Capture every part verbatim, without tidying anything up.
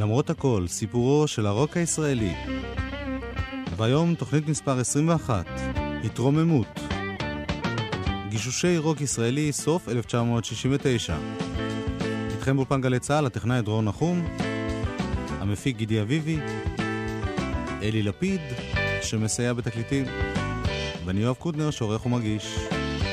למרות הכל, סיפורו של הרוק הישראלי. והיום תוכנית מספר עשרים ואחת, התרוממות. גישושי רוק ישראלי, סוף אלף תשע מאות שישים ותשע. איתכם באולפן גלי צהל, הטכנאי דרור נחום, המפיק גידי אביבי, אלי לפיד, שמסייע בתקליטים, ואני יואב קוטנר, שעורך ומגיש.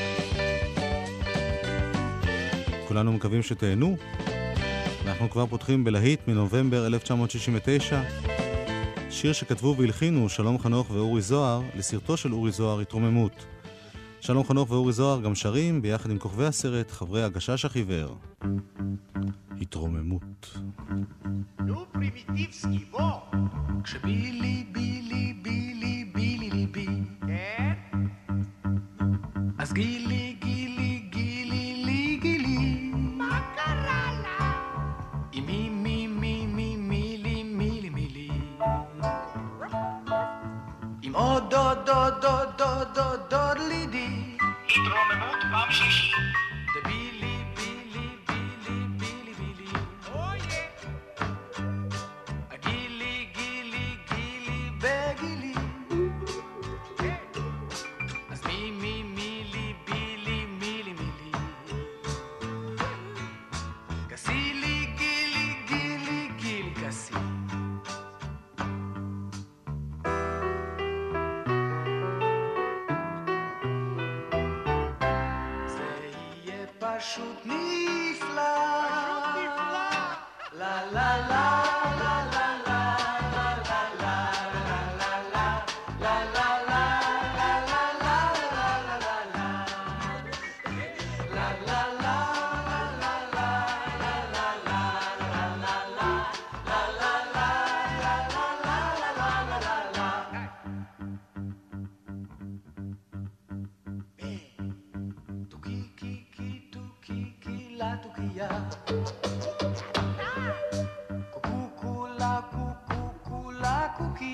כולנו מקווים שתהנו. אנחנו כבר פותחים בלהיט מנובמבר אלף תשע מאות שישים ותשע, שיר שכתבו והלחינו שלום חנוך ואורי זוהר לסרטו של אורי זוהר, התרוממות. שלום חנוך ואורי זוהר גם שרים ביחד עם כוכבי הסרט חברי הגשש החיוור. התרוממות. נו פרימיטיבסקי, בוא. כשבילי בילי בילי בילי ליבי, כן? אז גילי גילי גילי לי גילי, מה קרה לה? עם מי מי מי מי מילי מילי מילי, עם עוד עוד עוד עוד עוד עוד עוד לידי. התרוממות פעם שישית. דבילי בילי בילי בילי בילי, אוי הגילי גילי גילי בגילי, אז מי מי מילי בילי מילי מילי, כסילי גילי גילי גילי כסי. פשוט נפלא, לה לה לה לה לה לה לה לה לה לה תוקייה קוקו קולה קוקו קולה קוקי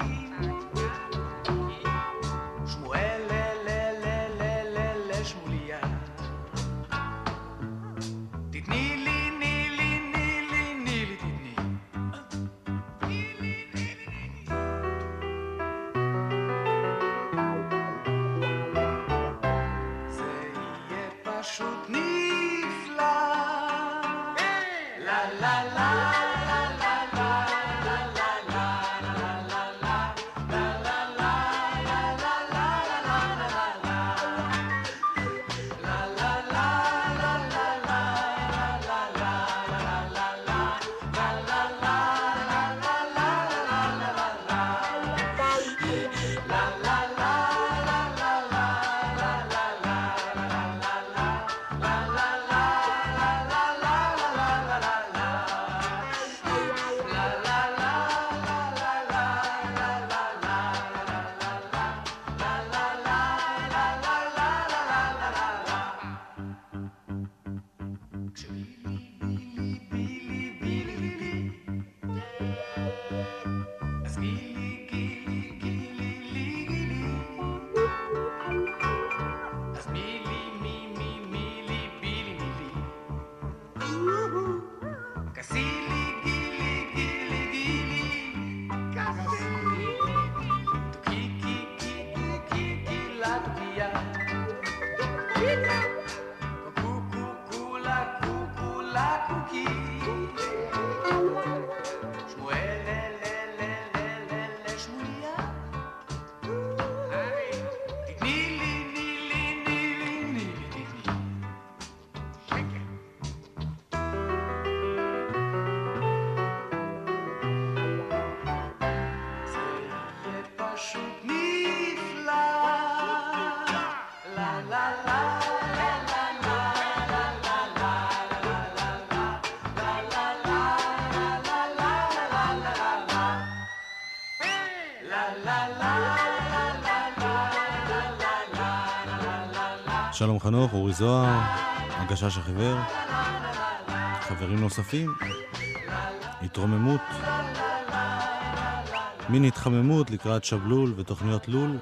שמואל לללללל שמוליה תתני לי נילי נילי נילי תתני נילי נילי זה יהיה פשוט שלום חנוך, אורי זוהר, הגשש החיוור, חברים נוספים, התרוממות, מין התחממות לקראת שבלול ותוכניות לול,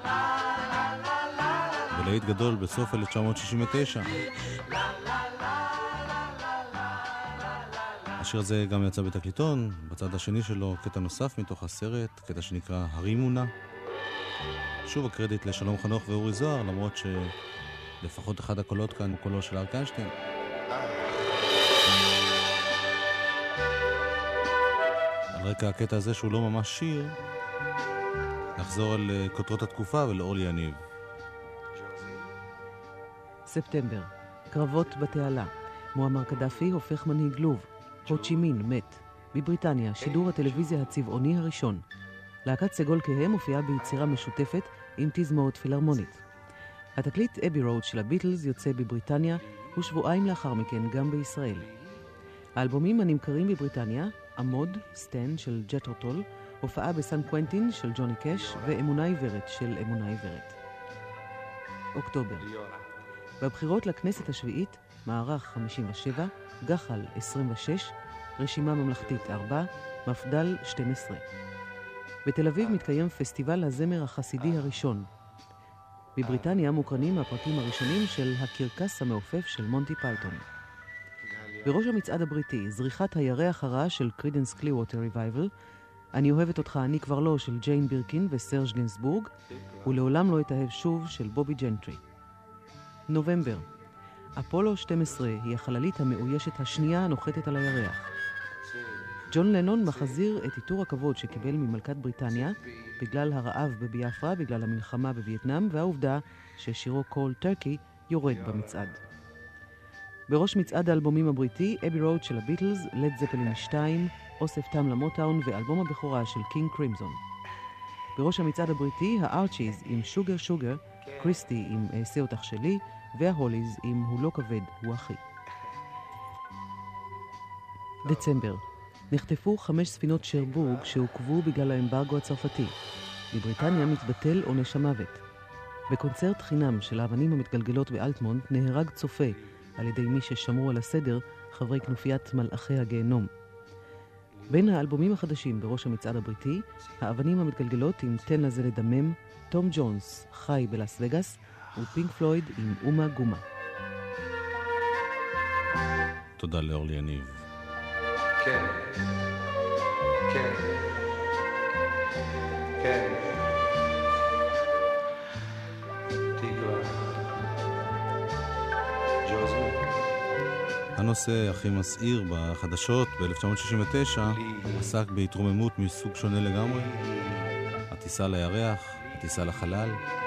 ולהיט גדול בסוף אלף תשע מאות שישים ותשע. השיר הזה גם יצא בתקליטון, בצד השני שלו קטע נוסף מתוך הסרט, קטע שנקרא הרימונה. שוב הקרדיט לשלום חנוך ואורי זוהר, למרות שלפחות אחד הקולות כאן הוא קולו של אריק איינשטיין. על רקע הקטע הזה שהוא לא ממש שיר, נחזור על כותרות התקופה ולאורלי יניב. ספטמבר, קרבות בתעלה. מועמר קדאפי הופך מנהיג לוב. הו צ'י מין מת. בבריטניה, שידור הטלוויזיה הצבעוני הראשון. להקת סגול כהם הופיעה ביצירה משותפת עם תזמורת פילהרמונית. התקליט אבי רוד של הביטלס יוצא בבריטניה ושבועיים לאחר מכן גם בישראל. האלבומים הנמכרים בבריטניה, עמוד, סטן של ג'ת'רו טול, הופעה בסן קוונטין של ג'וני קש ואמונה עיוורת של אמונה עיוורת. אוקטובר. בבחירות לכנסת השביעית, מערך חמישים ושבע, גחל עשרים ושש, רשימה ממלכתית ארבע, מפדל שתים עשרה. בתל אביב מתקיים פסטיבל הזמר החסידי הראשון. בבריטניה מוקרנים הפרקים הראשונים של הקרקס המעופף של מונטי פייתון. בראש המצעד הבריטי, זריחת הירח הרע של קרידנס קלירווטר ריבייבל, אני אוהבת אותך, אני כבר לא של ג'יין בירקין וסרג' גנסבורג, ולעולם לא אתאהב שוב של בובי ג'נטרי. נובמבר. אפולו שתים עשרה היא החללית המאוישת השנייה הנוחתת על הירח. ג'ון לנון מחזיר את עיטור הכבוד שקיבל ממלכת בריטניה בגלל הרעב בביאפרה, בגלל המלחמה בווייטנאם והעובדה ששירו קול טרקי יורד במצעד. בראש מצעד האלבומים הבריטי, אבי רוד של הביטלס, לד זפלין שתיים, אוסף תם למוטאון ואלבום הבכורה של קינג קרימזון. בראש המצעד הבריטי, הארצ'יז עם שוגר שוגר, קריסטי עם אעשה אותך שלי, וההוליז עם הוא לא כבד, הוא אחי. דצמבר. נחטפו חמש ספינות שרבורג שהוקבו בגלל האמברגו הצרפתי. בבריטניה מתבטל עונש המוות. בקונצרט חינם של האבנים המתגלגלות באלטמונט נהרג צופה על ידי מי ששמרו על הסדר, חברי כנופיית מלאכי הגיהנום. בין האלבומים החדשים בראש המצעד הבריטי, האבנים המתגלגלות עם תן לזה לדמם, תום ג'ונס חי בלאס וגאס, ופינק פלויד עם אומה גומה. תודה לאורלי יניב. כן, כן, כן, תקווה, ג'וזו. הנושא הכי מסעיר בחדשות ב-אלף תשע מאות שישים ותשע עסק בהתרוממות מסוג שונה לגמרי. הטיסה לירח, הטיסה לחלל.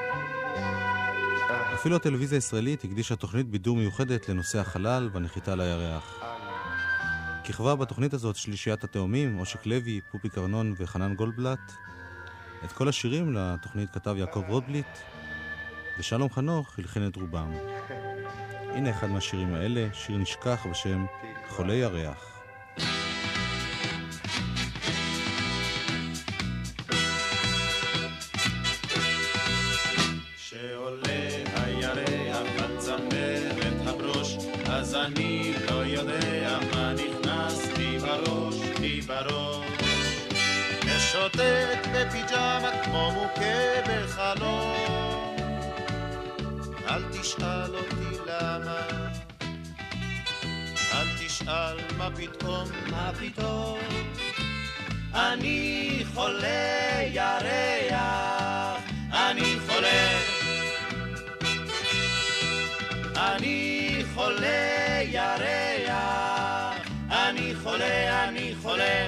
אפילו הטלוויזיה הישראלית הקדישה תוכנית בידור מיוחדת לנושא החלל והנחיתה לירח. כיכבה בתוכנית הזאת שלישיית התאומים, אושיק לוי, פופיק ארנון וחנן גולדבלט. את כל השירים לתוכנית כתב יעקב רוטבליט, ושלום חנוך הלחין את רובם. הנה אחד מהשירים האלה, שיר נשכח בשם חולי ירח. שעולה הירח על צמרת הברוש, אז אני לא יודע מה נכנס לי בראש, לי בראש. משוטט בפיג'מה כמו מוכה בחלום, אל תשאל אותי למה, אל תשאל מה פתאום, מה פתאום. אני חולה ירח, אני חולה, אני חולה ירח, אני חולה, אני חולה,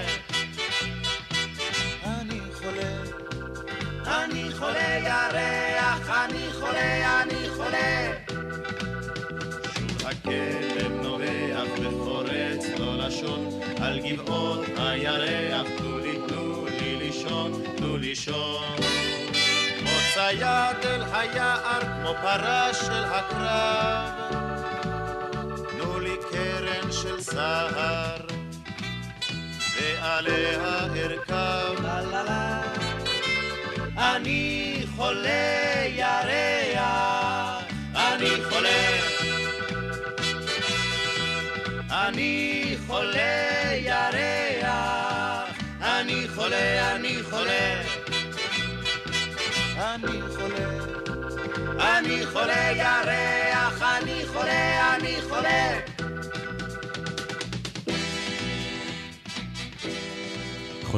אני חולה, אני חולה ירח, אני חולה, אני חולה. שוב הכלב נובח וחורץ לו לשון על גבעות הירח, תנו לי, תנו לי לישון, תנו לישון. כמו צייד אל היער, כמו פרה של הקרב, תנו לי קרן של זהר ועליה ארכב. לה לה לה. אני חולה ירח, אני חולה, אני חולה ירח, אני חולה, אני חולה, אני חולה, אני חולה ירח, אני חולה, אני חולה.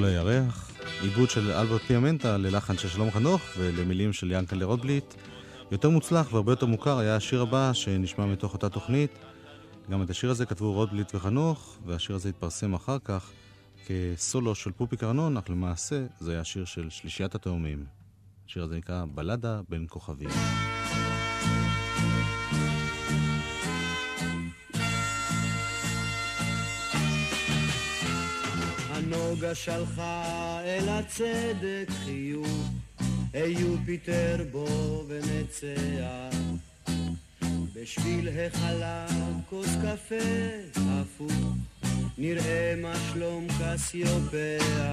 הירח, עיבוד של אלברט פיאמנטה ללחן של שלום חנוך ולמילים של ינקלה רוטבליט. יותר מוצלח והרבה יותר מוכר היה השיר הבא שנשמע מתוך אותה תוכנית. גם את השיר הזה כתבו רוטבליט וחנוך, והשיר הזה התפרסם אחר כך כסולו של פופיק ארנון, אך למעשה זה היה שיר של שלישיית התאומים. השיר הזה נקרא בלדה בין כוכבים. הנוגה שלחה אל הצדק חיוך, היו פיטר בו ונצח, בשביל החלב כוס קפה הפוך, נראה מה שלום קסיופיה.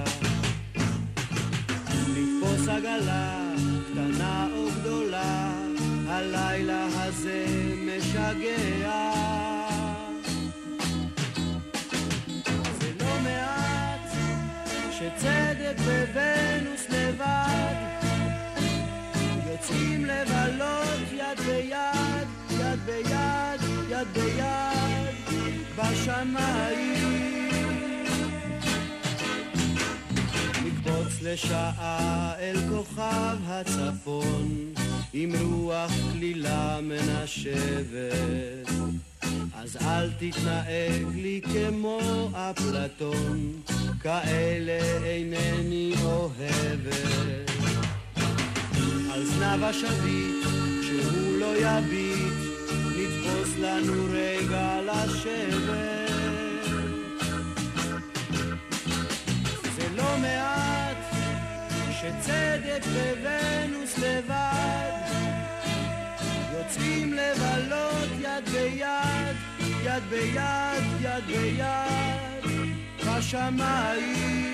לתפוס עגלה קטנה או גדולה, הלילה הזה משגע. זה לא מעט שצדק וונוס לבד יוצאים לבלות יד ביד, יד ביד, יד ביד בשמיים. נקבוץ לשעה אל כוכב הצפון עם רוח כלילה מנשבת, אז אל תתנהג לי כמו אפלטון, כאלה אינני אוהבת. על זנב השביט שהוא לא יביט, נתפוס לנו רגע לשבת. זה לא מעט שצדק וונוס לבד יוצאים לבלות יד ביד, יד ביד, יד ביד בשמיים.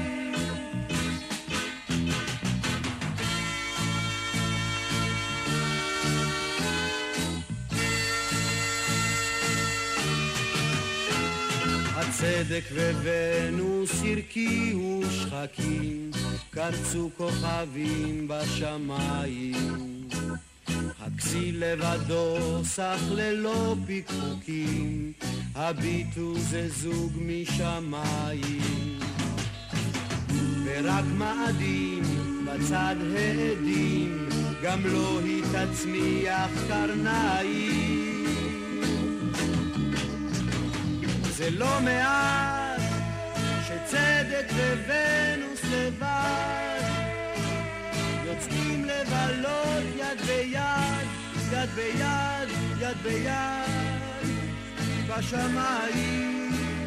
הצדק וונוס הרקיעו שחקים, קרצו כוכבים בשמיים. הכסיל לבדו סך ללא פיקפוקים, הביטו זה זוג משמיים. ורק מאדים בצד העדים, גם לא היא תצמיח קרניים. זה לא מעט שצדק וונוס לבד יוצאים לבלות יד ביד, יד ביד, יד ביד בשמיים.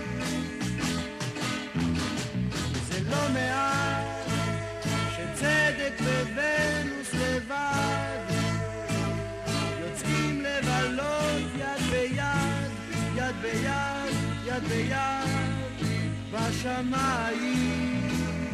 זה לא מעט שצדק וונוס לבד יוצאים לבלות יד ביד, יד ביד, יד ביד בשמיים,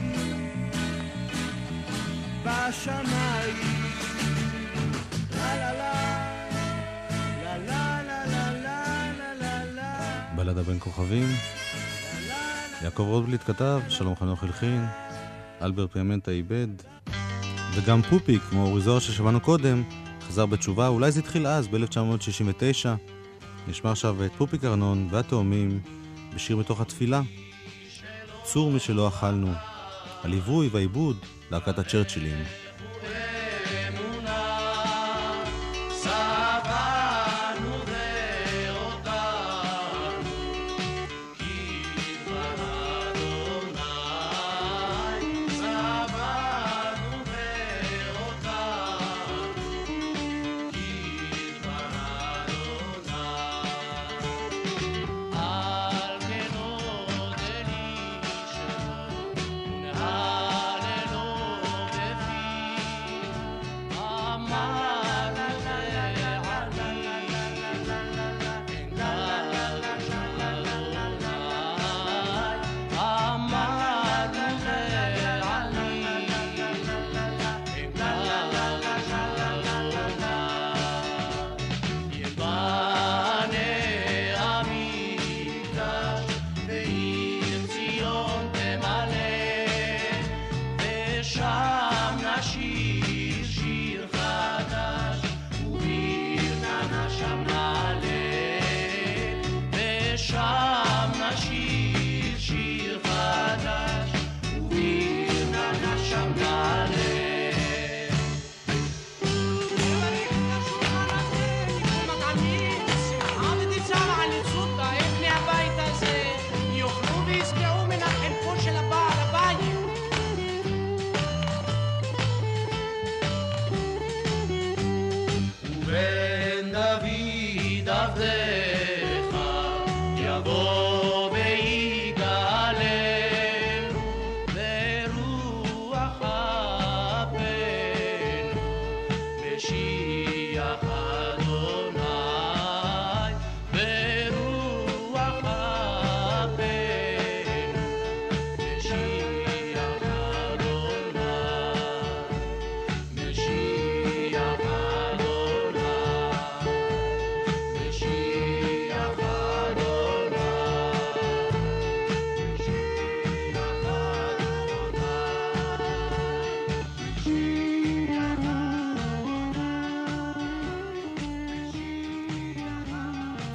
בשמיים. לה לה לה לה לה לה לה לה לה. בלדה בין כוכבים. יעקב רוטבליט כתב, שלום חנוך הלחין, אלברט פיאמנטה איבד, וגם פופיק, כמו אורי זוהר ששמענו קודם, חזר בתשובה. אולי זה התחיל אז, ב-אלף תשע מאות שישים ותשע. נשמע עכשיו את פופיק ארנון והתאומים בשיר מתוך התפילה, צור משלא אכלנו, הליווי והעיבוד להקת הצ'רצ'ילים. Hallelujah.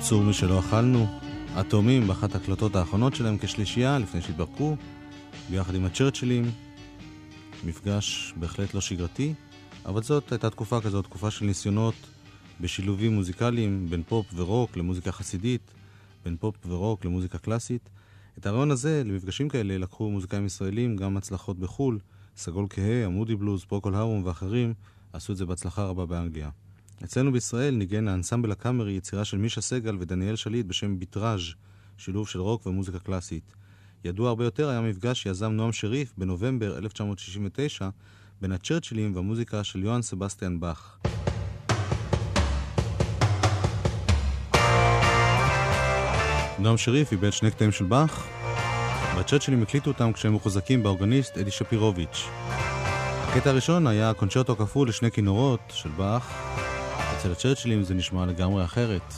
צור משלא אכלנו, אטומים באחת הקלטות האחרונות שלהם כשלישייה לפני שהתברקו, ביחד עם הצ'רצ'ילים, מפגש בהחלט לא שגרתי, אבל זאת הייתה תקופה כזאת, תקופה של ניסיונות בשילובים מוזיקליים בין פופ ורוק למוזיקה חסידית, בין פופ ורוק למוזיקה קלאסית. את הרעיון הזה למפגשים כאלה לקחו מוזיקאים ישראלים, גם הצלחות בחול, סגול כהה, המודי בלוז, פרוקול הרום ואחרים עשו את זה בהצלחה רבה באנגליה. אצלנו בישראל ניגן האנסמבל הקאמרי, יצירה של מישה סגל ודניאל שליט בשם ביטראז', שילוב של רוק ומוזיקה קלאסית. ידוע הרבה יותר היה מפגש שיזם נועם שריף בנובמבר אלף תשע מאות שישים ותשע בין הצ'רצ'ילים והמוזיקה של יוהאן סבסטיאן באך. נועם שריף איבד שני קטעים של באך, והצ'רצ'ילים הקליטו אותם כשהם מחוזקים באורגניסט אדי שפירוביץ'. הקטע הראשון היה קונצ'רטו כפול לשני כינורות של באך. אצל הצ'רצ'ילים זה נשמע לגמרי אחרת.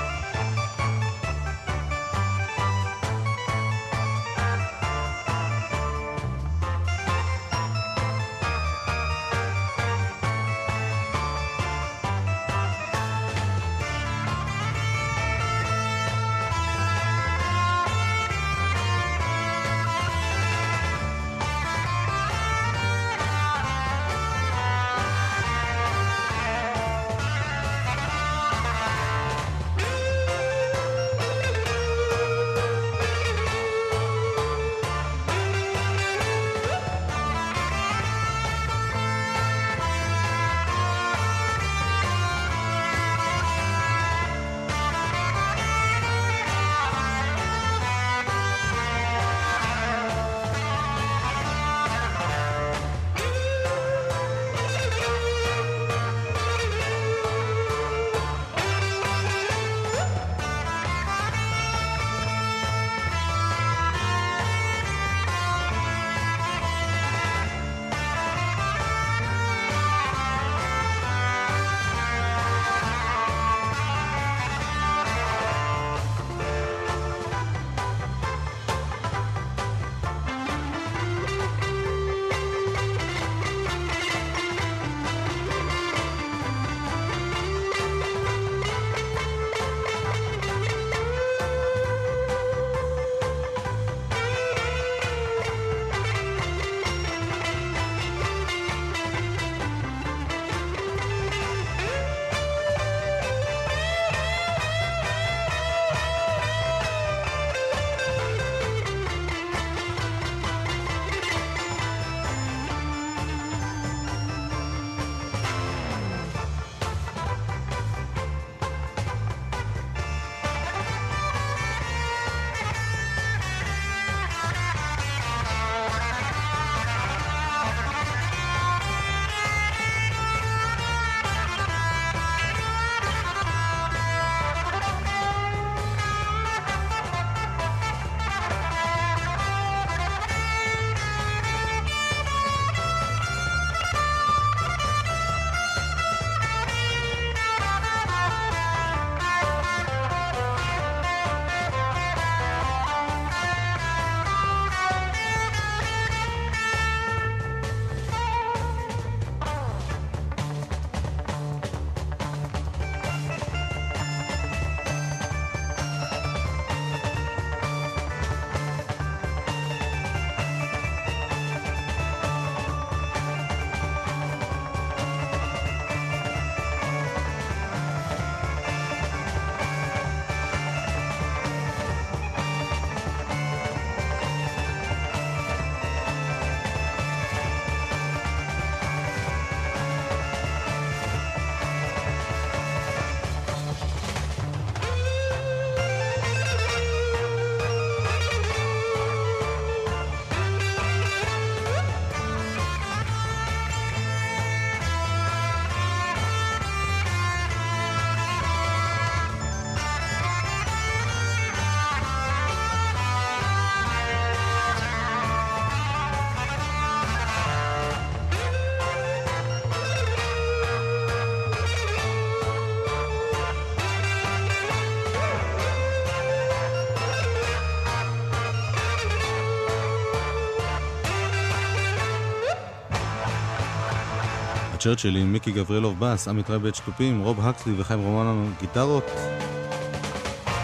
הצ'רצ'ילים, מיקי גברילוב בס, עמית רבט שטופים, רוב הקסלי וחיים רומנו גיטרות.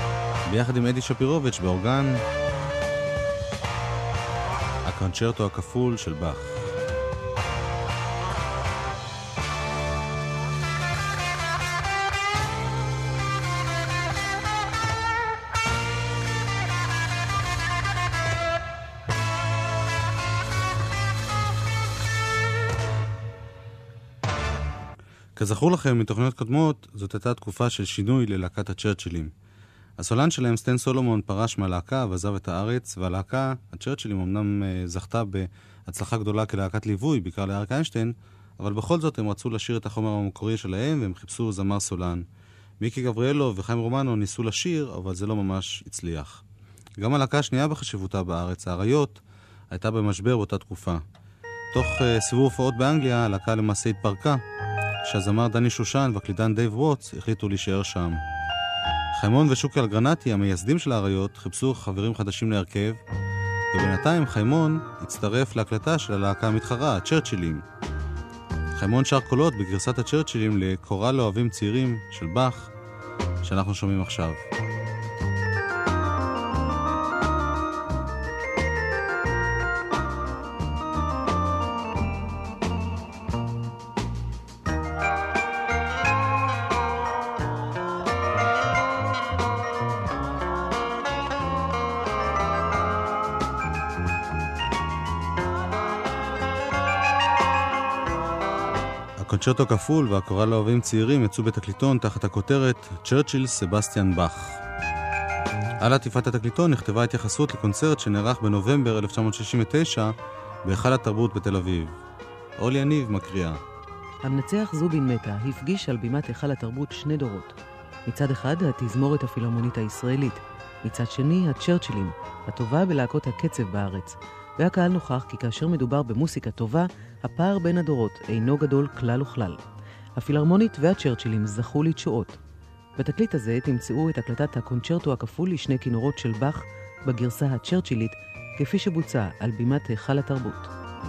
ביחד עם אדי שפירוביץ' באורגן, הקונצ'רטו הכפול של באך. כזכור לכם, מתוכניות קודמות, זאת הייתה תקופה של שינוי ללהקת הצ'רצ'ילים. הסולן שלהם, סטן סולומון, פרש מהלהקה ועזב את הארץ, והלהקה, הצ'רצ'ילים, אמנם זכתה בהצלחה גדולה כלהקת ליווי, בעיקר לאריק איינשטיין, אבל בכל זאת הם רצו לשיר את החומר המקורי שלהם, והם חיפשו זמר סולן. מיקי גבריאלו וחיים רומנו ניסו לשיר, אבל זה לא ממש הצליח. גם הלהקה השנייה בחשיבותה בארץ, האריות, הייתה במשבר באותה תקופה. תוך uh, סיבוב הופעות באנגליה, הלהקה למעשה התפרקה, שהזמר דני שושן והקלידן דייב ווטס החליטו להישאר שם. חיימון ושוקי אלגרנטי, המייסדים של האריות, חיפשו חברים חדשים להרכב, ובינתיים חיימון הצטרף להקלטה של הלהקה המתחרה, הצ'רצ'ילים. חיימון שר קולות בגרסת הצ'רצ'ילים לקורל לאוהבים צעירים של באך, שאנחנו שומעים עכשיו. הקונצ'רטו כפול והקורל לאוהבים צעירים יצאו בתקליטון תחת הכותרת צ'רצ'יל סבסטיאן באך. על עטיפת התקליטון נכתבה התייחסות לקונצרט שנערך בנובמבר אלף תשע מאות שישים ותשע בהיכל התרבות בתל אביב. אורלי יניב מקריאה. המנצח זובין מטה הפגיש על בימת היכל התרבות שני דורות. מצד אחד התזמורת הפילהרמונית הישראלית, מצד שני הצ'רצ'ילים, הטובה בלהקות הקצב בארץ. והקהל נוכח כי כאשר מדובר במוסיקה טובה, הפער בין הדורות אינו גדול כלל וכלל. הפילהרמונית והצ'רצ'ילים זכו לתשואות. בתקליט הזה תמצאו את הקלטת הקונצ'רטו הכפול לשני כינורות של באך בגרסה הצ'רצ'ילית, כפי שבוצע על בימת היכל התרבות.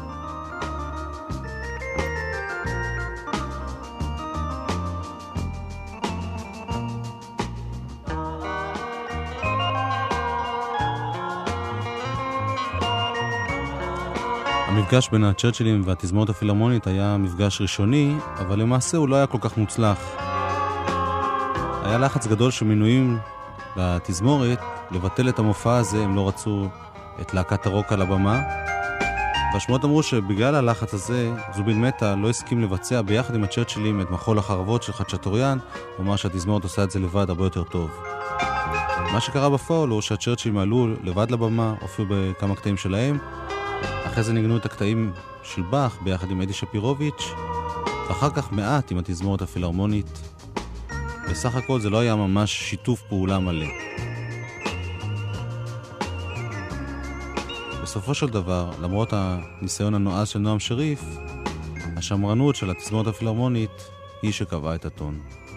המפגש בין הצ'רצ'ילים והתזמורת הפילהרמונית היה מפגש ראשוני, אבל למעשה הוא לא היה כל כך מוצלח. היה לחץ גדול של מינויים לתזמורת לבטל את המופע הזה, הם לא רצו את להקת הרוק על הבמה. והשמועות אמרו שבגלל הלחץ הזה, זובין מטה לא הסכים לבצע ביחד עם הצ'רצ'ילים את מחול החרבות של חצ'טוריאן, ואומר שהתזמורת עושה את זה לבד הרבה יותר טוב. מה שקרה בפועל הוא שהצ'רצ'ילים עלו לבד לבמה, הופיעו בכמה קטעים שלהם, אחרי זה ניגנו את הקטעים של באך ביחד עם אדי שפירוביץ', ואחר כך מעט עם התזמורת הפילהרמונית. בסך הכל זה לא היה ממש שיתוף פעולה מלא. בסופו של דבר, למרות הניסיון הנועז של נועם שריף, השמרנות של התזמורת הפילהרמונית היא שקבעה את הטון.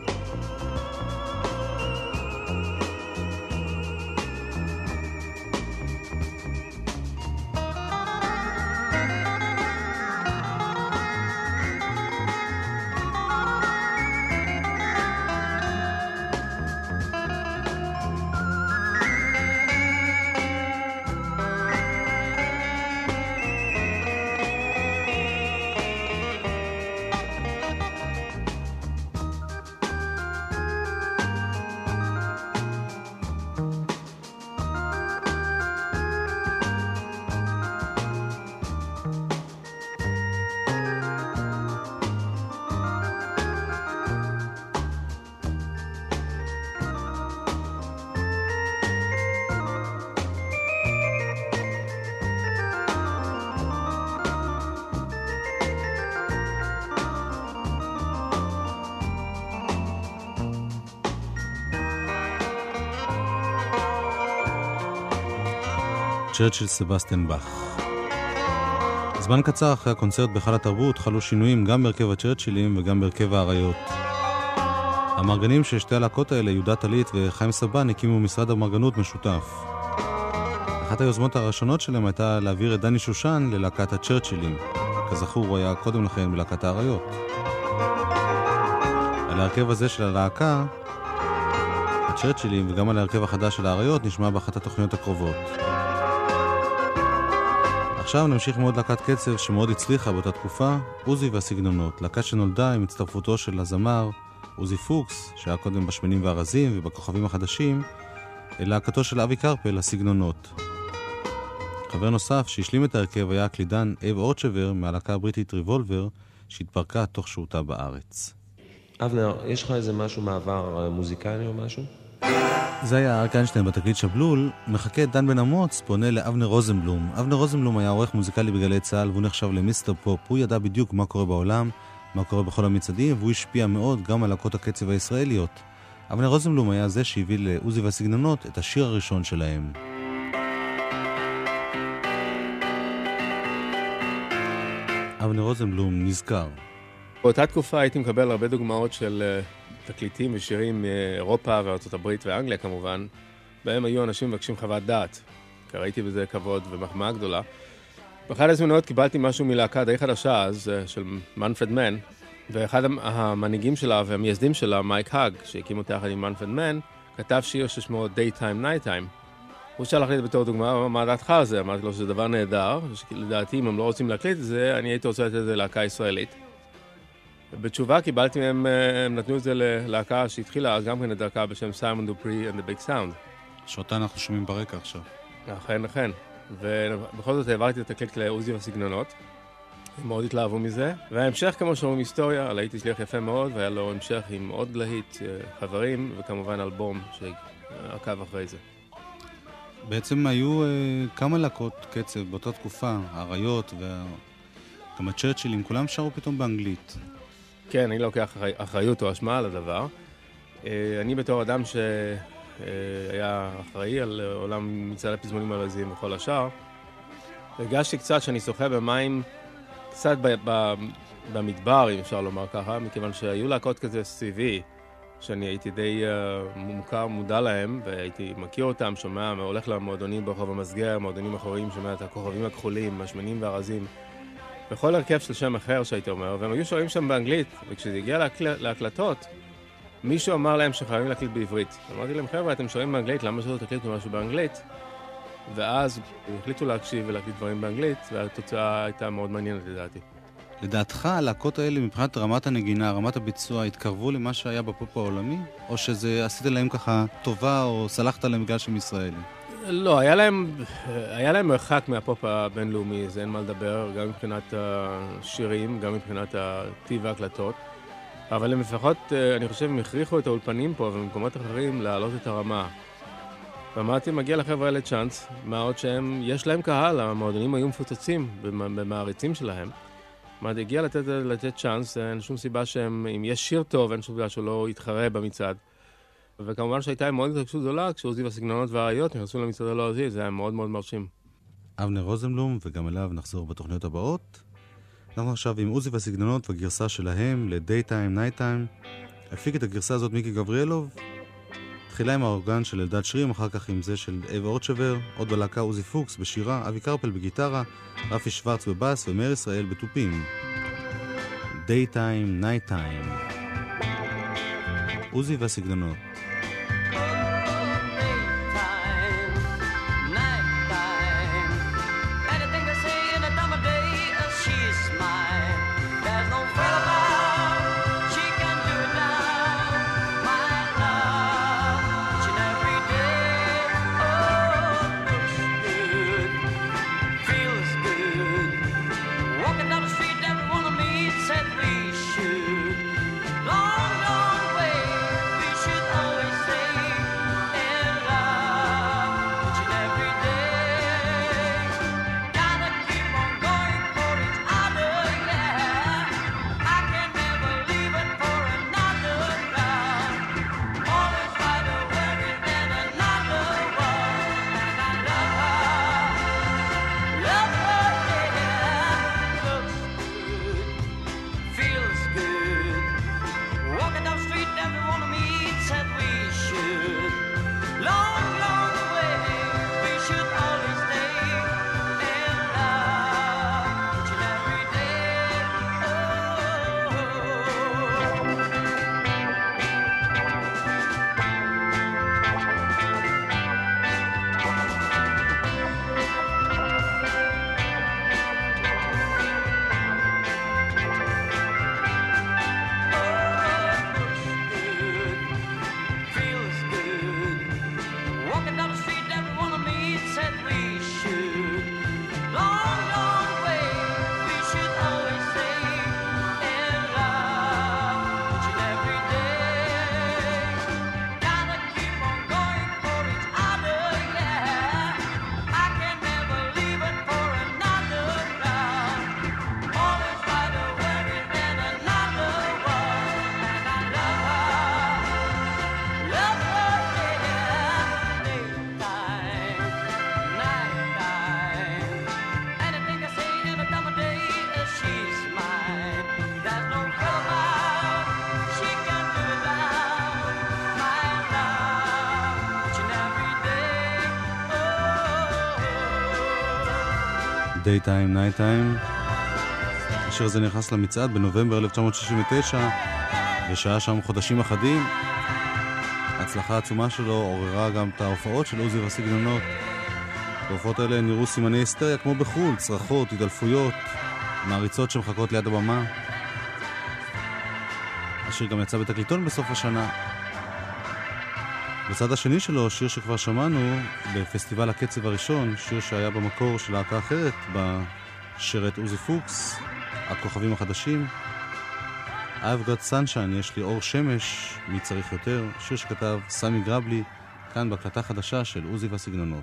צ'רצ'יל סבסטיאן באך. זמן קצר אחרי הקונצרט בהיכל התרבות חלו שינויים גם בהרכב הצ'רצ'ילים וגם בהרכב האריות. המארגנים של שתי הלהקות האלה, יהודה טלית וחיים סבן, הקימו משרד המארגנות משותף. אחת היוזמות הראשונות שלהם הייתה להעביר את דני שושן ללהקת הצ'רצ'ילים. כזכור, הוא היה קודם לכן בלהקת האריות. על ההרכב הזה של הלהקה הצ'רצ'ילים וגם על ההרכב החדש של האריות נשמע באחת התוכניות הקרובות. עכשיו נמשיך מאוד להקת קצב שמאוד הצליחה באותה תקופה, עוזי והסגנונות, להקה שנולדה עם הצטרפותו של הזמר עוזי פוקס, שהיה קודם בשמנים והרזים ובכוכבים החדשים, להקתו של אבי קרפל, הסגנונות. חבר נוסף שהשלים את ההרכב היה הקלידן אב אורצ'בר מהלהקה הבריטית ריבולבר, שהתפרקה תוך שהותה בארץ. אבנר, יש לך איזה משהו מעבר מוזיקלי או משהו? זה היה אריק איינשטיין בתקליט שבלול. מחכה דן בן אמוץ פונה לאבנר רוזנבלום. אבנר רוזנבלום היה עורך מוזיקלי בגלי צהל והוא נחשב למיסטר פופ. הוא ידע בדיוק מה קורה בעולם, מה קורה בכל המצעדים, והוא השפיע מאוד גם על להקות הקצב הישראליות. אבנר רוזנבלום היה זה שהביא לעוזי והסגנונות את השיר הראשון שלהם. אבנר רוזנבלום נזכר. באותה תקופה הייתי מקבל הרבה דוגמאות של תקליטים ושירים מאירופה וארצות הברית ואנגליה כמובן, בהם היו אנשים מבקשים חוות דעת. ראיתי בזה כבוד ומחמאה גדולה. באחד הזמנות קיבלתי משהו מלהקה די חדשה אז, של מנפרד מן, ואחד המנהיגים שלה והמייסדים שלה, מייק האג, שהקים אותה יחד עם מנפרד מן, כתב שיר ששמו Daytime Nighttime. הוא שלח לי בתור דוגמה, מה דעתך על זה? אמרתי לו שזה דבר נהדר, לדעתי אם הם לא רוצים להקליט את זה, אני הייתי רוצה לתת את זה להקה ישראלית. בתשובה קיבלתי מהם, הם נתנו את זה ללהקה שהתחילה אז גם כן את דרכה בשם סיימון דופרי and the Big Sound. שאותה אנחנו שומעים ברקע עכשיו. אכן, אכן. ובכל זאת העברתי את התקליט לעוזי והסגנונות. הם מאוד התלהבו מזה. וההמשך, כמו שאומרים היסטוריה, הלהיט הצליח יפה מאוד, והיה לו המשך עם עוד להיט, חברים, וכמובן אלבום שעקב אחרי זה. בעצם היו uh, כמה להקות קצב באותה תקופה, האריות וגם הצ'רצ'ילים, כולם שרו פתאום באנגלית. כן, אני לוקח אחריות או אשמה על הדבר. Uh, אני בתור אדם שהיה אחראי על עולם מצעד הפזמונים הלועזיים וכל השאר, הרגשתי קצת שאני שוחה במים קצת ב- ב- במדבר, אם אפשר לומר ככה, מכיוון שהיו להקות כזה סביבי, שאני הייתי די uh, מוכר, מודע להם, והייתי מכיר אותם, שומע, הולך למועדונים ברחוב המסגר, מועדונים אחרים, שומע את הכוכבים הכחולים, השמנים והרזים, בכל הרכב של שם אחר שהייתי אומר, והם היו שומעים שם באנגלית, וכשזה הגיע להקל... להקלטות, מישהו אמר להם שחייבים להקליט בעברית. אמרתי להם, חבר'ה, אתם שומעים באנגלית, למה שלא תקליטו משהו באנגלית? ואז החליטו להקשיב ולהקליט דברים באנגלית, והתוצאה הייתה מאוד מעניינת לדעתי. לדעתך, הלהקות האלה מבחינת רמת הנגינה, רמת הביצוע, התקרבו למה שהיה בפופ העולמי? או שזה עשית להם ככה טובה או סלחת להם בגלל שהם ישראלים? לא, היה להם, היה להם מרחק מהפופ הבינלאומי, זה אין מה לדבר, גם מבחינת השירים, גם מבחינת הטיב וההקלטות. אבל הם לפחות, אני חושב, הם הכריחו את האולפנים פה ובמקומות אחרים להעלות את הרמה. ואמרתי, מגיע לחבר'ה האלה צ'אנס, מה עוד שהם, יש להם קהל, המועדונים היו מפוצצים במעריצים שלהם. אמרתי, הגיע לתת, לתת צ'אנס, אין שום סיבה שהם, אם יש שיר טוב, אין שום סיבה שהוא לא יתחרה במצעד. וכמובן שהייתה מאוד התרגשות גדולה, כשעוזי והסגנונות והאריות נכנסו למצעד הלועזי, זה היה מאוד מאוד מרשים. אבנר רוזנבלום, וגם אליו נחזור בתוכניות הבאות. אנחנו עכשיו עם עוזי והסגנונות והגרסה שלהם ל-Daytime Nighttime. הפיק את הגרסה הזאת מיקי גבריאלוב. תחילה עם האורגן של אלדד שרים, אחר כך עם זה של אב אורצ'בר, עוד בלהקה עוזי פוקס בשירה, אבי קרפל בגיטרה, רפי שוורץ בבאס ומאיר ישראל בטופים. Daytime Nighttime. עוזי והסגנונות. Long, long way we should all Daytime, Nighttime. השיר הזה נכנס למצעד בנובמבר אלף תשע מאות שישים ותשע, ושהיה שם חודשים אחדים. ההצלחה העצומה שלו עוררה גם את ההופעות של עוזי והסגנונות. ההופעות האלה נראו סימני היסטריה כמו בחול, צרחות, התעלפויות, מעריצות שמחכות ליד הבמה. השיר גם יצא בתקליטון בסוף השנה. בצד השני שלו, שיר שכבר שמענו בפסטיבל הקצב הראשון, שיר שהיה במקור של להקה אחרת בשרת עוזי פוקס, הכוכבים החדשים. I've got sunshine, יש לי אור שמש, מי צריך יותר, שיר שכתב סמי גרבלי, כאן בהקלטה חדשה של עוזי והסגנונות.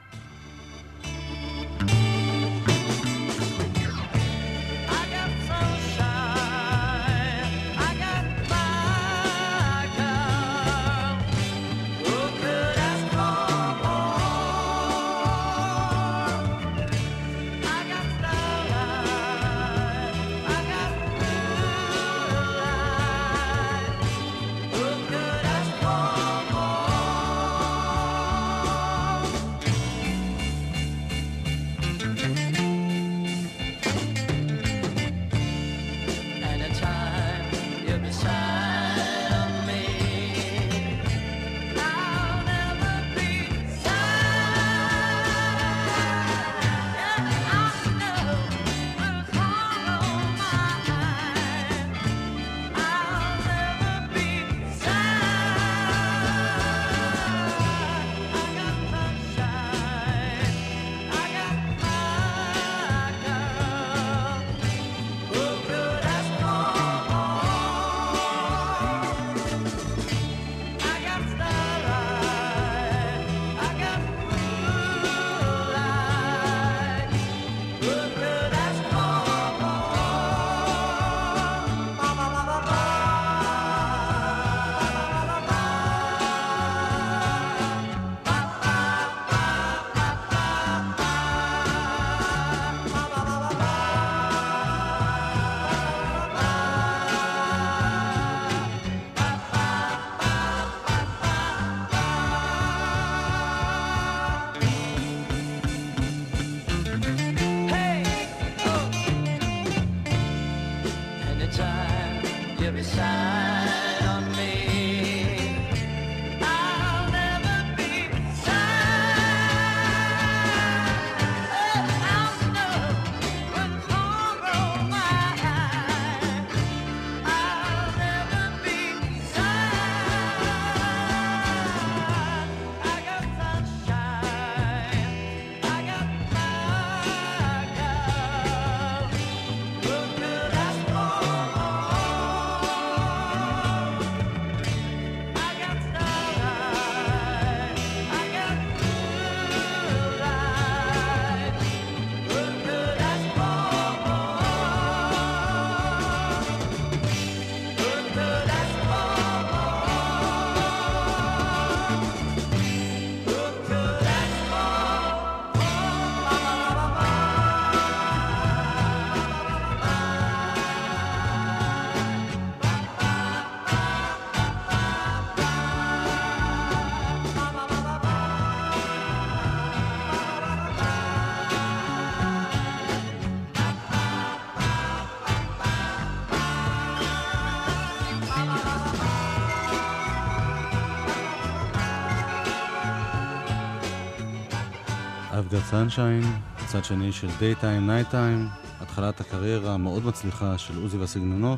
I've got sunshine, צד שני של Daytime, Nighttime, התחלת הקריירה המאוד מצליחה של עוזי והסגנונות,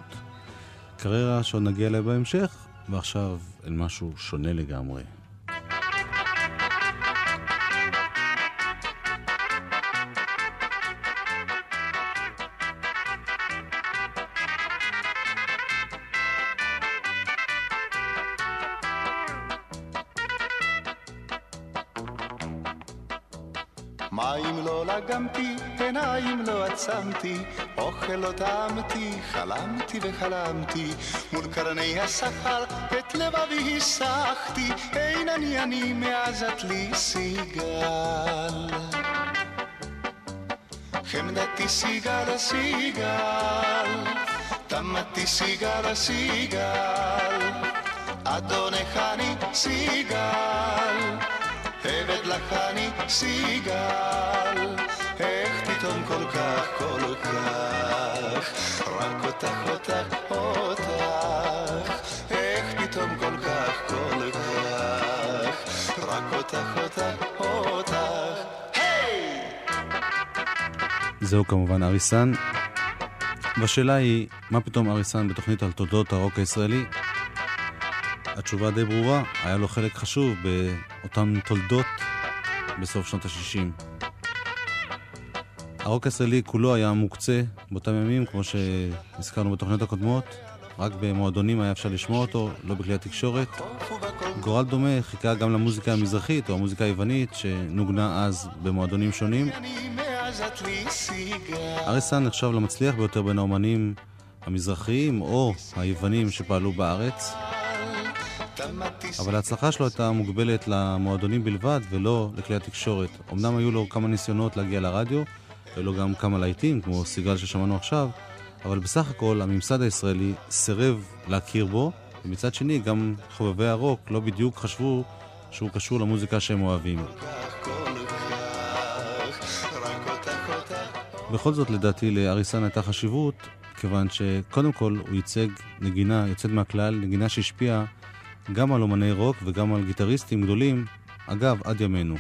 קריירה שעוד נגיע אליה בהמשך, ועכשיו אל משהו שונה לגמרי. מים לא לגמתי, עיניים לא עצמתי, אוכל לא טעמתי, חלמתי וחלמתי, מול קרני השחל את לבבי הסחתי, אין אני אני מעזת לי סיגל. חמדתי סיגל סיגל, תמתי סיגל סיגל, אדונך אני סיגל, עבד לך אני סיגל, איך תתמודד פתאום כל כך, כל כך, רק אותך, אותך, אותך, איך פתאום כל כך, כל כך, רק אותך, אותך, אותך, היי! זהו כמובן אריסן. והשאלה היא, מה פתאום אריסן בתוכנית על תולדות הרוק הישראלי? התשובה די ברורה, היה לו חלק חשוב באותן תולדות בסוף שנות ה-שישים. הרוק הישראלי כולו היה מוקצה באותם ימים, כמו שהזכרנו בתוכניות הקודמות, רק במועדונים היה אפשר לשמוע אותו, לא בכלי התקשורת. גורל דומה חיכה גם למוזיקה המזרחית או המוזיקה היוונית שנוגנה אז במועדונים שונים. אריסן נחשב למצליח ביותר בין האומנים המזרחיים או היוונים שפעלו בארץ, אבל ההצלחה שלו הייתה מוגבלת למועדונים בלבד ולא לכלי התקשורת. אמנם היו לו כמה ניסיונות להגיע לרדיו, היו לו גם כמה להיטים כמו סיגל ששמענו עכשיו, אבל בסך הכל הממסד הישראלי סירב להכיר בו, ומצד שני גם חובבי הרוק לא בדיוק חשבו שהוא קשור למוזיקה שהם אוהבים. בכל זאת לדעתי לאריסן הייתה חשיבות, כיוון שקודם כל הוא ייצג נגינה יוצאת מהכלל, נגינה שהשפיעה גם על אומני רוק וגם על גיטריסטים גדולים, אגב עד ימינו.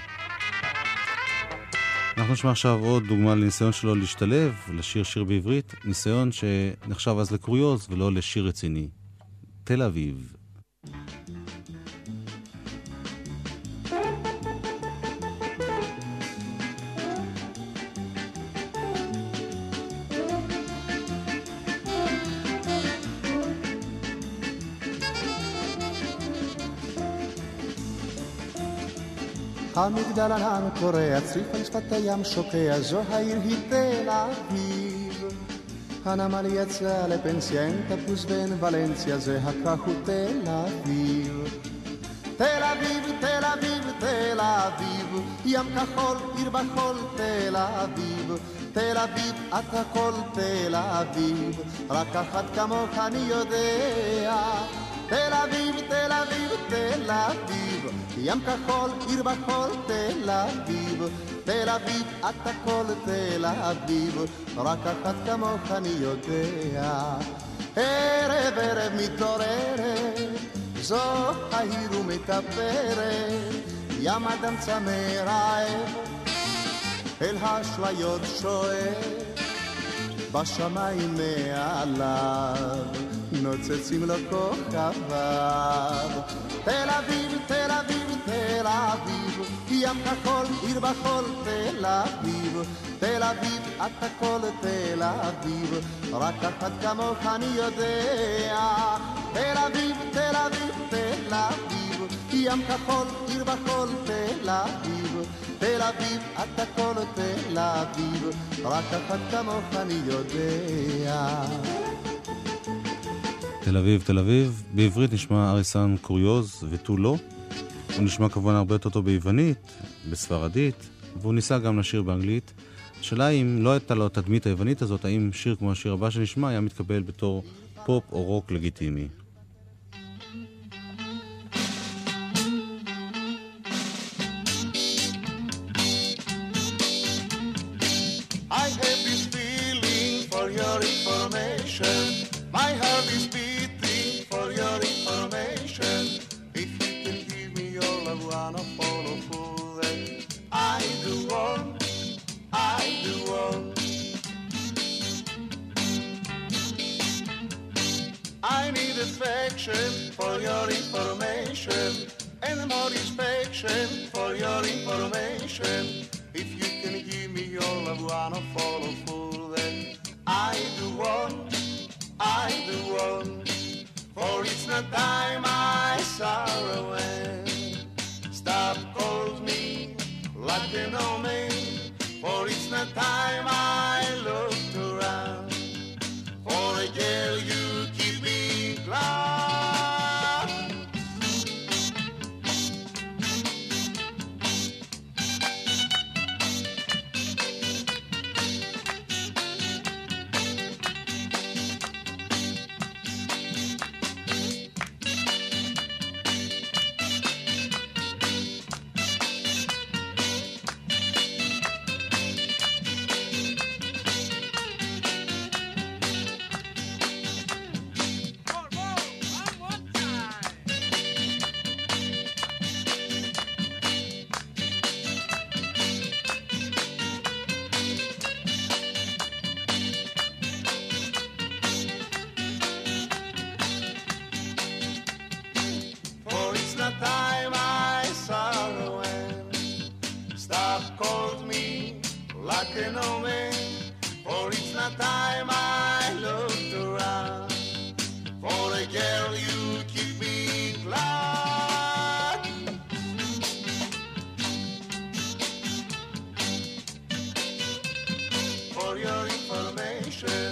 אנחנו נשמע עכשיו עוד דוגמה לניסיון שלו להשתלב, לשיר שיר בעברית, ניסיון שנחשב אז לקוריוז ולא לשיר רציני. תל אביב. המגדל ענן קורע, צריף על שפת הים שוקע, זו העיר היא תל אביב. הנמל יצא לפנסיה, אין תפוס ואין ולנסיה, זה הכך הוא תל אביב. תל אביב, תל אביב, תל אביב, ים כחול, עיר בחול, תל אביב. תל אביב, את הכל תל אביב, רק אחת כמוך אני יודע. תל אביב, תל אביב, תל אביב, ים כחול, עיר בחול, תל אביב. תל אביב, את הכל תל אביב, רק אחת כמוך אני יודע. ערב ערב מתעוררת, זו העיר ומתאפרת, ים אדם צמא רעב, אל האשליות שואף, בשמיים מעליו נוצצים לו כוכביו. תל אביב, תל אביב, תל אביב, ים כחול, עיר בחול, תל אביב. תל אביב, את הכל תל אביב, רק אחת כמוך אני יודע. תל אביב, תל אביב, תל אביב, ים כחול, עיר בחול, תל אביב. תל אביב, את הכל תל אביב, רק אחת כמוך אני יודע. תל אביב, תל אביב, בעברית נשמע אריסן קוריוז ותו לא. הוא נשמע כמובן הרבה יותר טוב ביוונית, בספרדית, והוא ניסה גם לשיר באנגלית. השאלה אם לא הייתה לו התדמית היוונית הזאת, האם שיר כמו השיר הבא שנשמע היה מתקבל בתור פופ או רוק לגיטימי. I have this feeling for your information. My heart is beating for your information. If you can give me your love, wanna follow through that. I do want, I do want. I need affection for your information, and more inspection for your information. If you can give me your love, wanna follow through that. I do want, I do want, for it's not time I sorrow and stop calls me like an omen, for it's not time I looked around for a girl you keep me glad. can know me, for it's not time I looked around for a girl you keep me glad. For your information,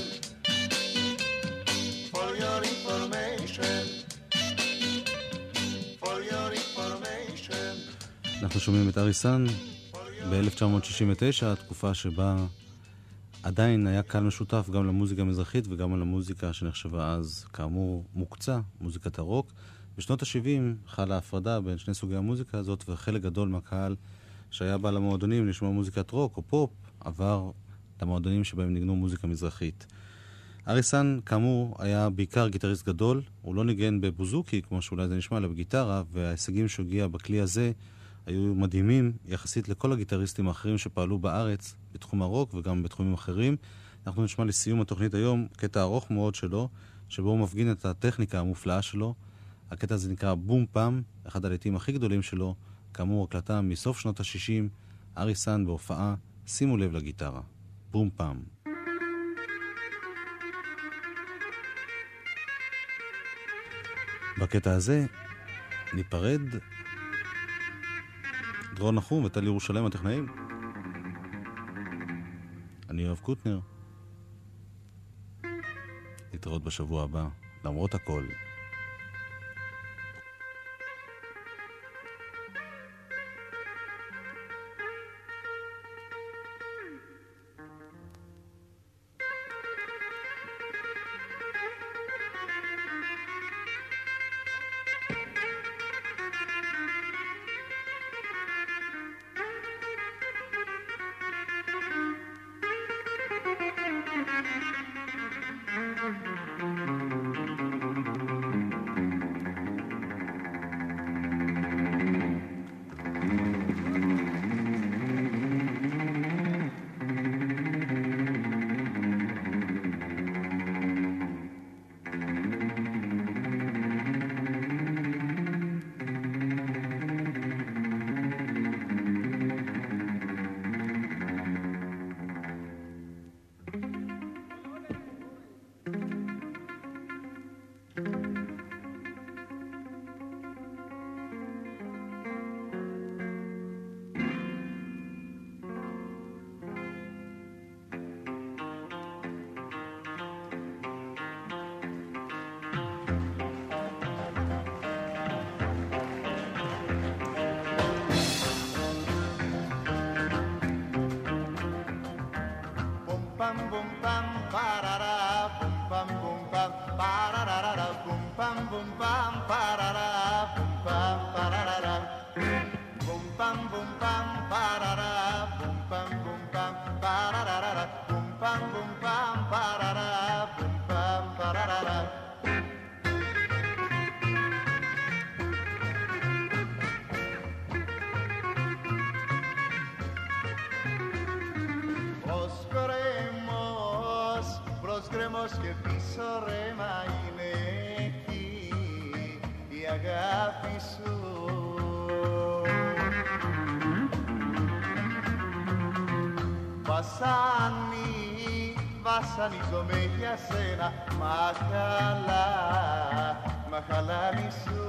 for your information, for your information. אנחנו שומעים את אריסן ב-אלף תשע מאות שישים ותשע, התקופה שבה עדיין היה קהל משותף גם למוזיקה המזרחית וגם למוזיקה שנחשבה אז כאמור מוקצה, מוזיקת הרוק. בשנות ה-שבעים חלה הפרדה בין שני סוגי המוזיקה הזאת, וחלק גדול מהקהל שהיה בא למועדונים לשמוע מוזיקת רוק או פופ עבר למועדונים שבהם ניגנו מוזיקה מזרחית. אריסן כאמור היה בעיקר גיטריסט גדול, הוא לא ניגן בבוזוקי כמו שאולי זה נשמע, אלא בגיטרה, וההישגים שהגיע בכלי הזה היו מדהימים יחסית לכל הגיטריסטים האחרים שפעלו בארץ בתחום הרוק וגם בתחומים אחרים. אנחנו נשמע לסיום התוכנית היום קטע ארוך מאוד שלו, שבו הוא מפגין את הטכניקה המופלאה שלו. הקטע הזה נקרא בום פאם, אחד הלהיטים הכי גדולים שלו, כאמור הקלטה מסוף שנות ה-שישים, אריסן בהופעה, שימו לב לגיטרה. בום פאם. בקטע הזה ניפרד. דרור נחום וטל ירושלים הטכנאים. אני אוהב קוטנר. נתראות בשבוע הבא, למרות הכל. Και πίσω ρέμα είναι εκεί η αγάπη σου. Βασάνι, βασανίζομαι για σένα, μαχαλά, μαχαλάνι σου.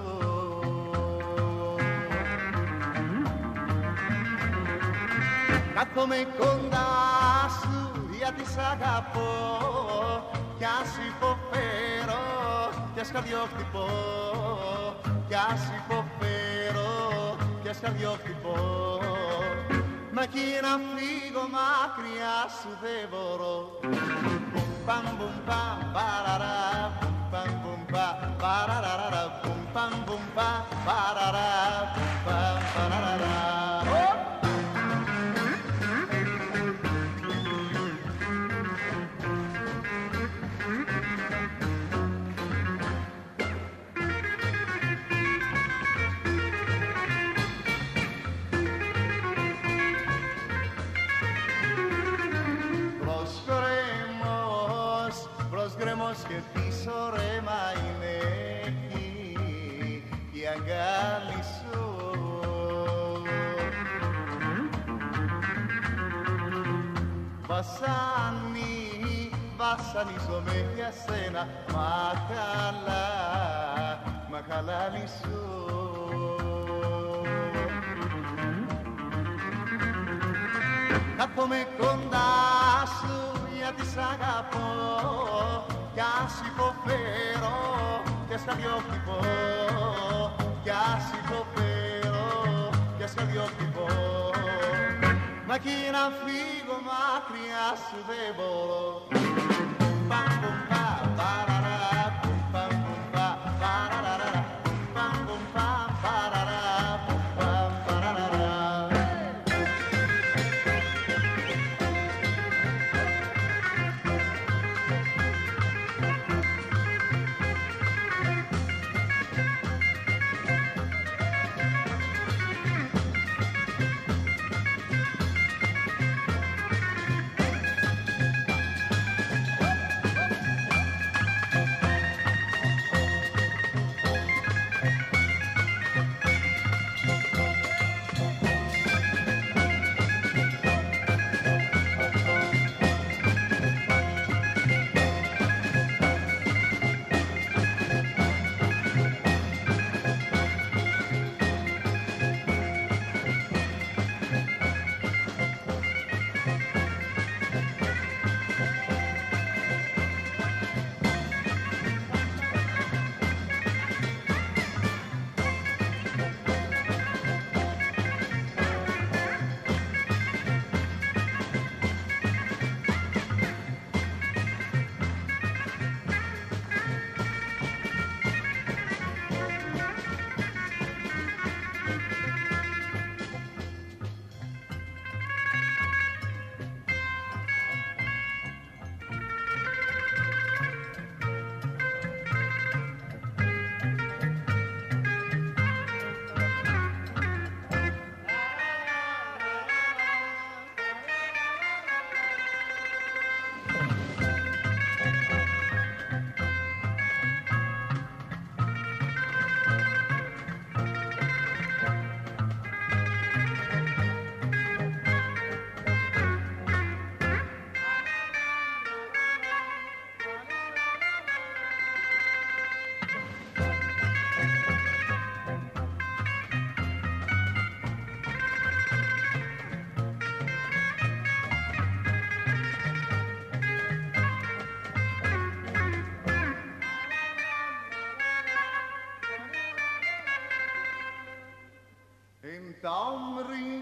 Κάθομαι κοντά σου γιατί σ' αγαπώ, κι ας υποφέρω, κι ας καρδιόχτυπω, κι ας υποφέρω, κι ας καρδιόχτυπω. Μα κι να φύγω μακριά σου δεν μπορώ. Μπουμ παμ μπουμ παμ παραρά, μπουμ παμ μπουμ παμ παραρά, μπουμ παμ μπουμ παμ παραρά, μπουμ παμ παραρά. Και πίσω ρέμα είναι εκεί η αγκάλι σου. βασάνι, βασανίζομαι για σένα. Μα καλά, μα χαλάλησω. Κάθομαι κοντά σου γιατί σ' αγαπώ κι ας υποφέρω κι ας καρδιόχτυπω κι ας υποφέρω κι ας καρδιόχτυπω. Μα κι να φύγω μακριά σου δεν μπορώ. Παμ παμ παμ παραρά, παμ παμ παμ παραρά, παμ παμ παμ παραρά, παμ παραρά. انت عمري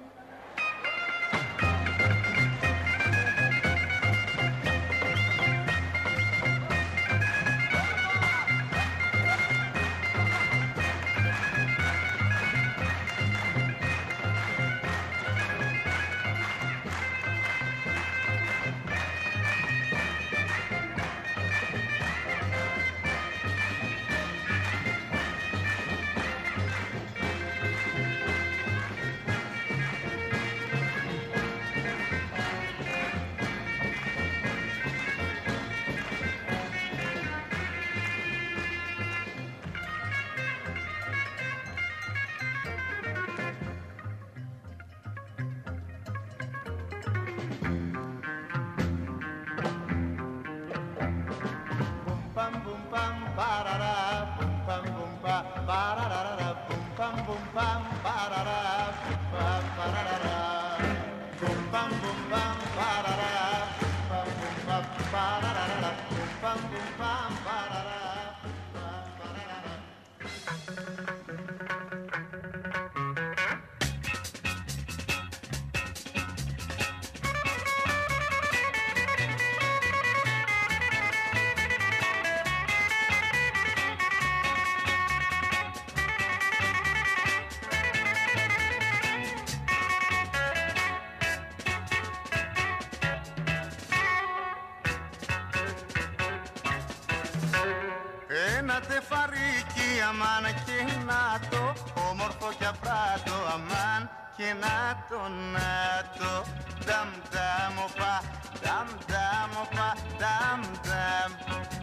Ένα τεφαρίκι αμάν και να το, όμορφο και απράτο αμάν και να το, να το. Νταμ νταμ οπα, νταμ νταμ οπα, νταμ νταμ.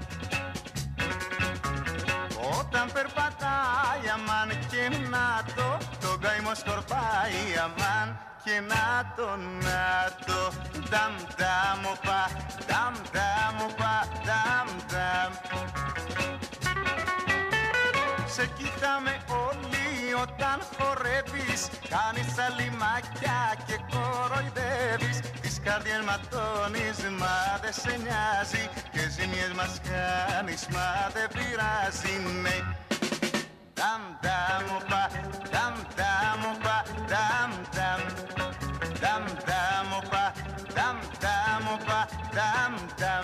Όταν περπατάει αμάν και να το, τον καημό σκορπάει αμάν και να το, να το, νταμ νταμ οπα, νταμ νταμ οπα, νταμ νταμ. Σε κοιτάμε όλοι όταν χορεύεις, κάνεις αλιμάκια και κοροϊδεύεις. Τις καρδιές ματώνεις, μα δε σε νοιάζει, και ζημιές μας κάνεις, μα δεν πειράζει, ναι. Dam dam opa, dam dam opa, dam dam, dam dam opa, dam dam opa, dam dam.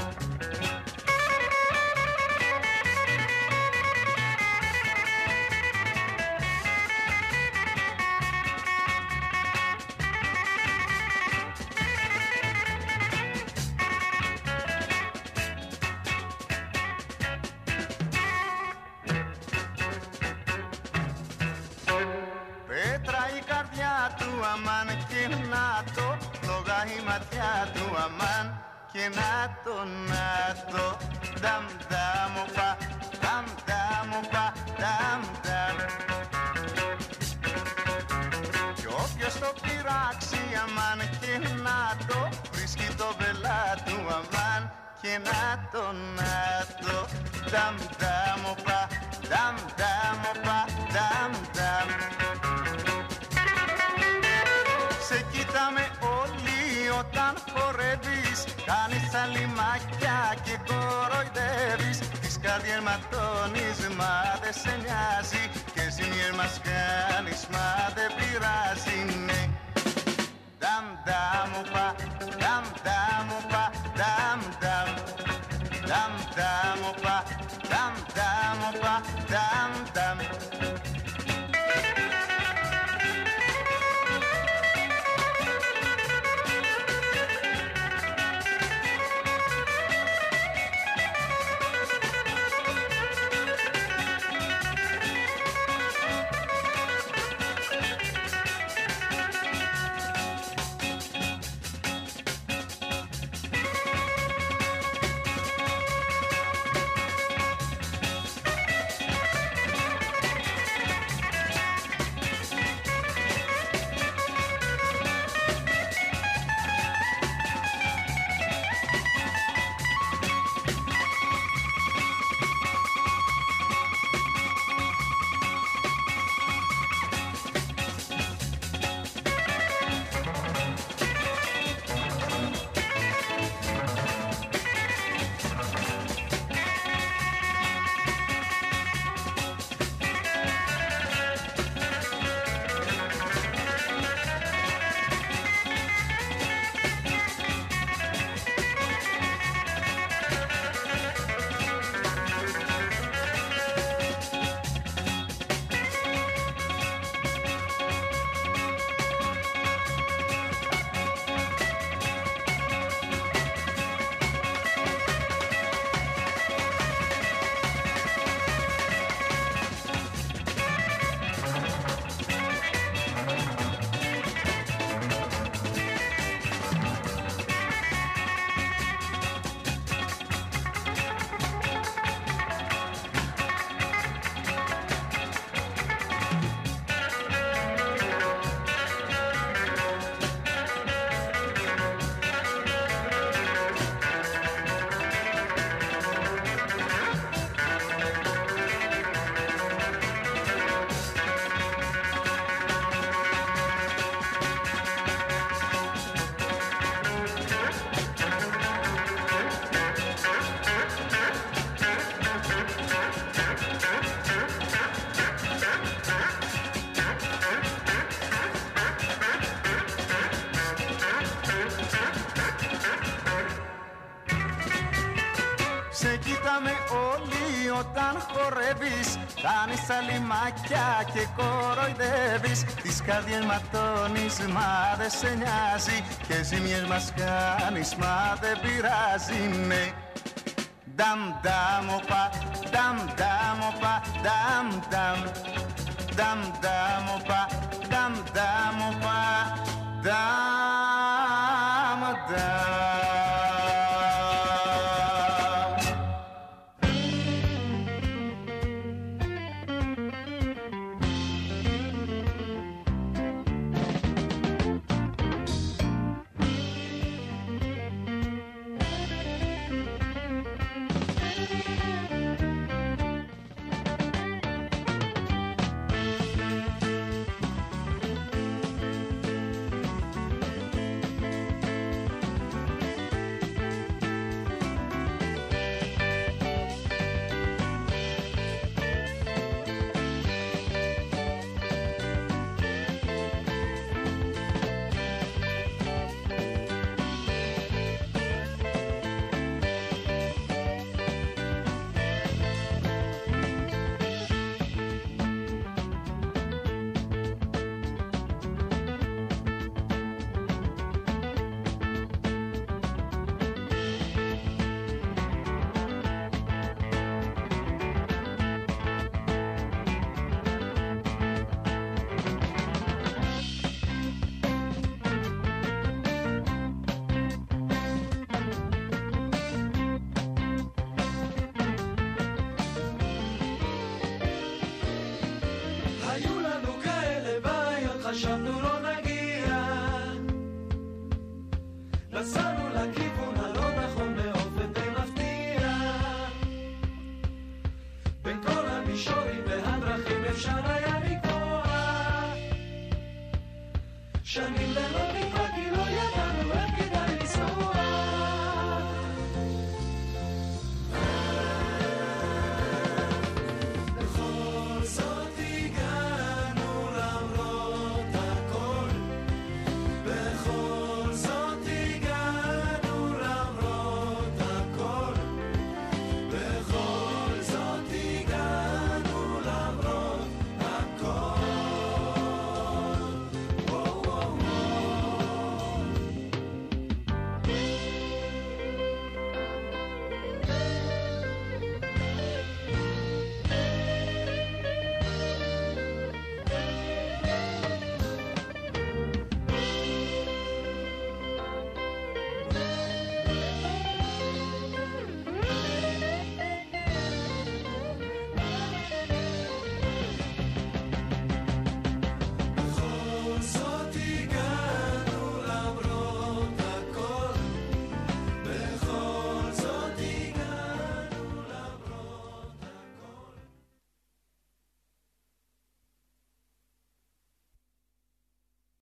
Αμάν και να το, φλόγα η ματιά του αμάν και να το, να το, νταμ νταμ οπα, νταμ νταμ οπα, νταμ νταμ. Κι όποιος το πειράξει αμάν και να το, βρίσκει το βελά του αμάν και να το, να το, νταμ νταμ οπα, νταμ νταμ οπα, νταμ νταμ. Σε κοιτάμε όλοι όταν χορεύεις, κάνεις αλιμάκια και κοροϊδεύεις. Τις καρδιές ματώνεις, μα δε σε νοιάζει, και ζημιές μας κάνεις, μα δεν πειράζει, ναι. Νταμ νταμ οπα, νταμ νταμ οπα, νταμ νταμ, νταμ νταμ οπα, νταμ νταμ οπα, νταμ νταμ. Σε κοιτάμε όλοι όταν χορεύεις, κάνεις αλιμάκια και κοροϊδεύεις. Τις καρδιές ματώνεις, μα δε σε νοιάζει, και ζημιές μας κάνεις, μα δεν πειράζει, ναι. Νταμ νταμ οπα, νταμ νταμ οπα, νταμ νταμ, νταμ νταμ οπα, νταμ νταμ οπα, νταμ νταμ. אפשר היה לקבוע שנים לילות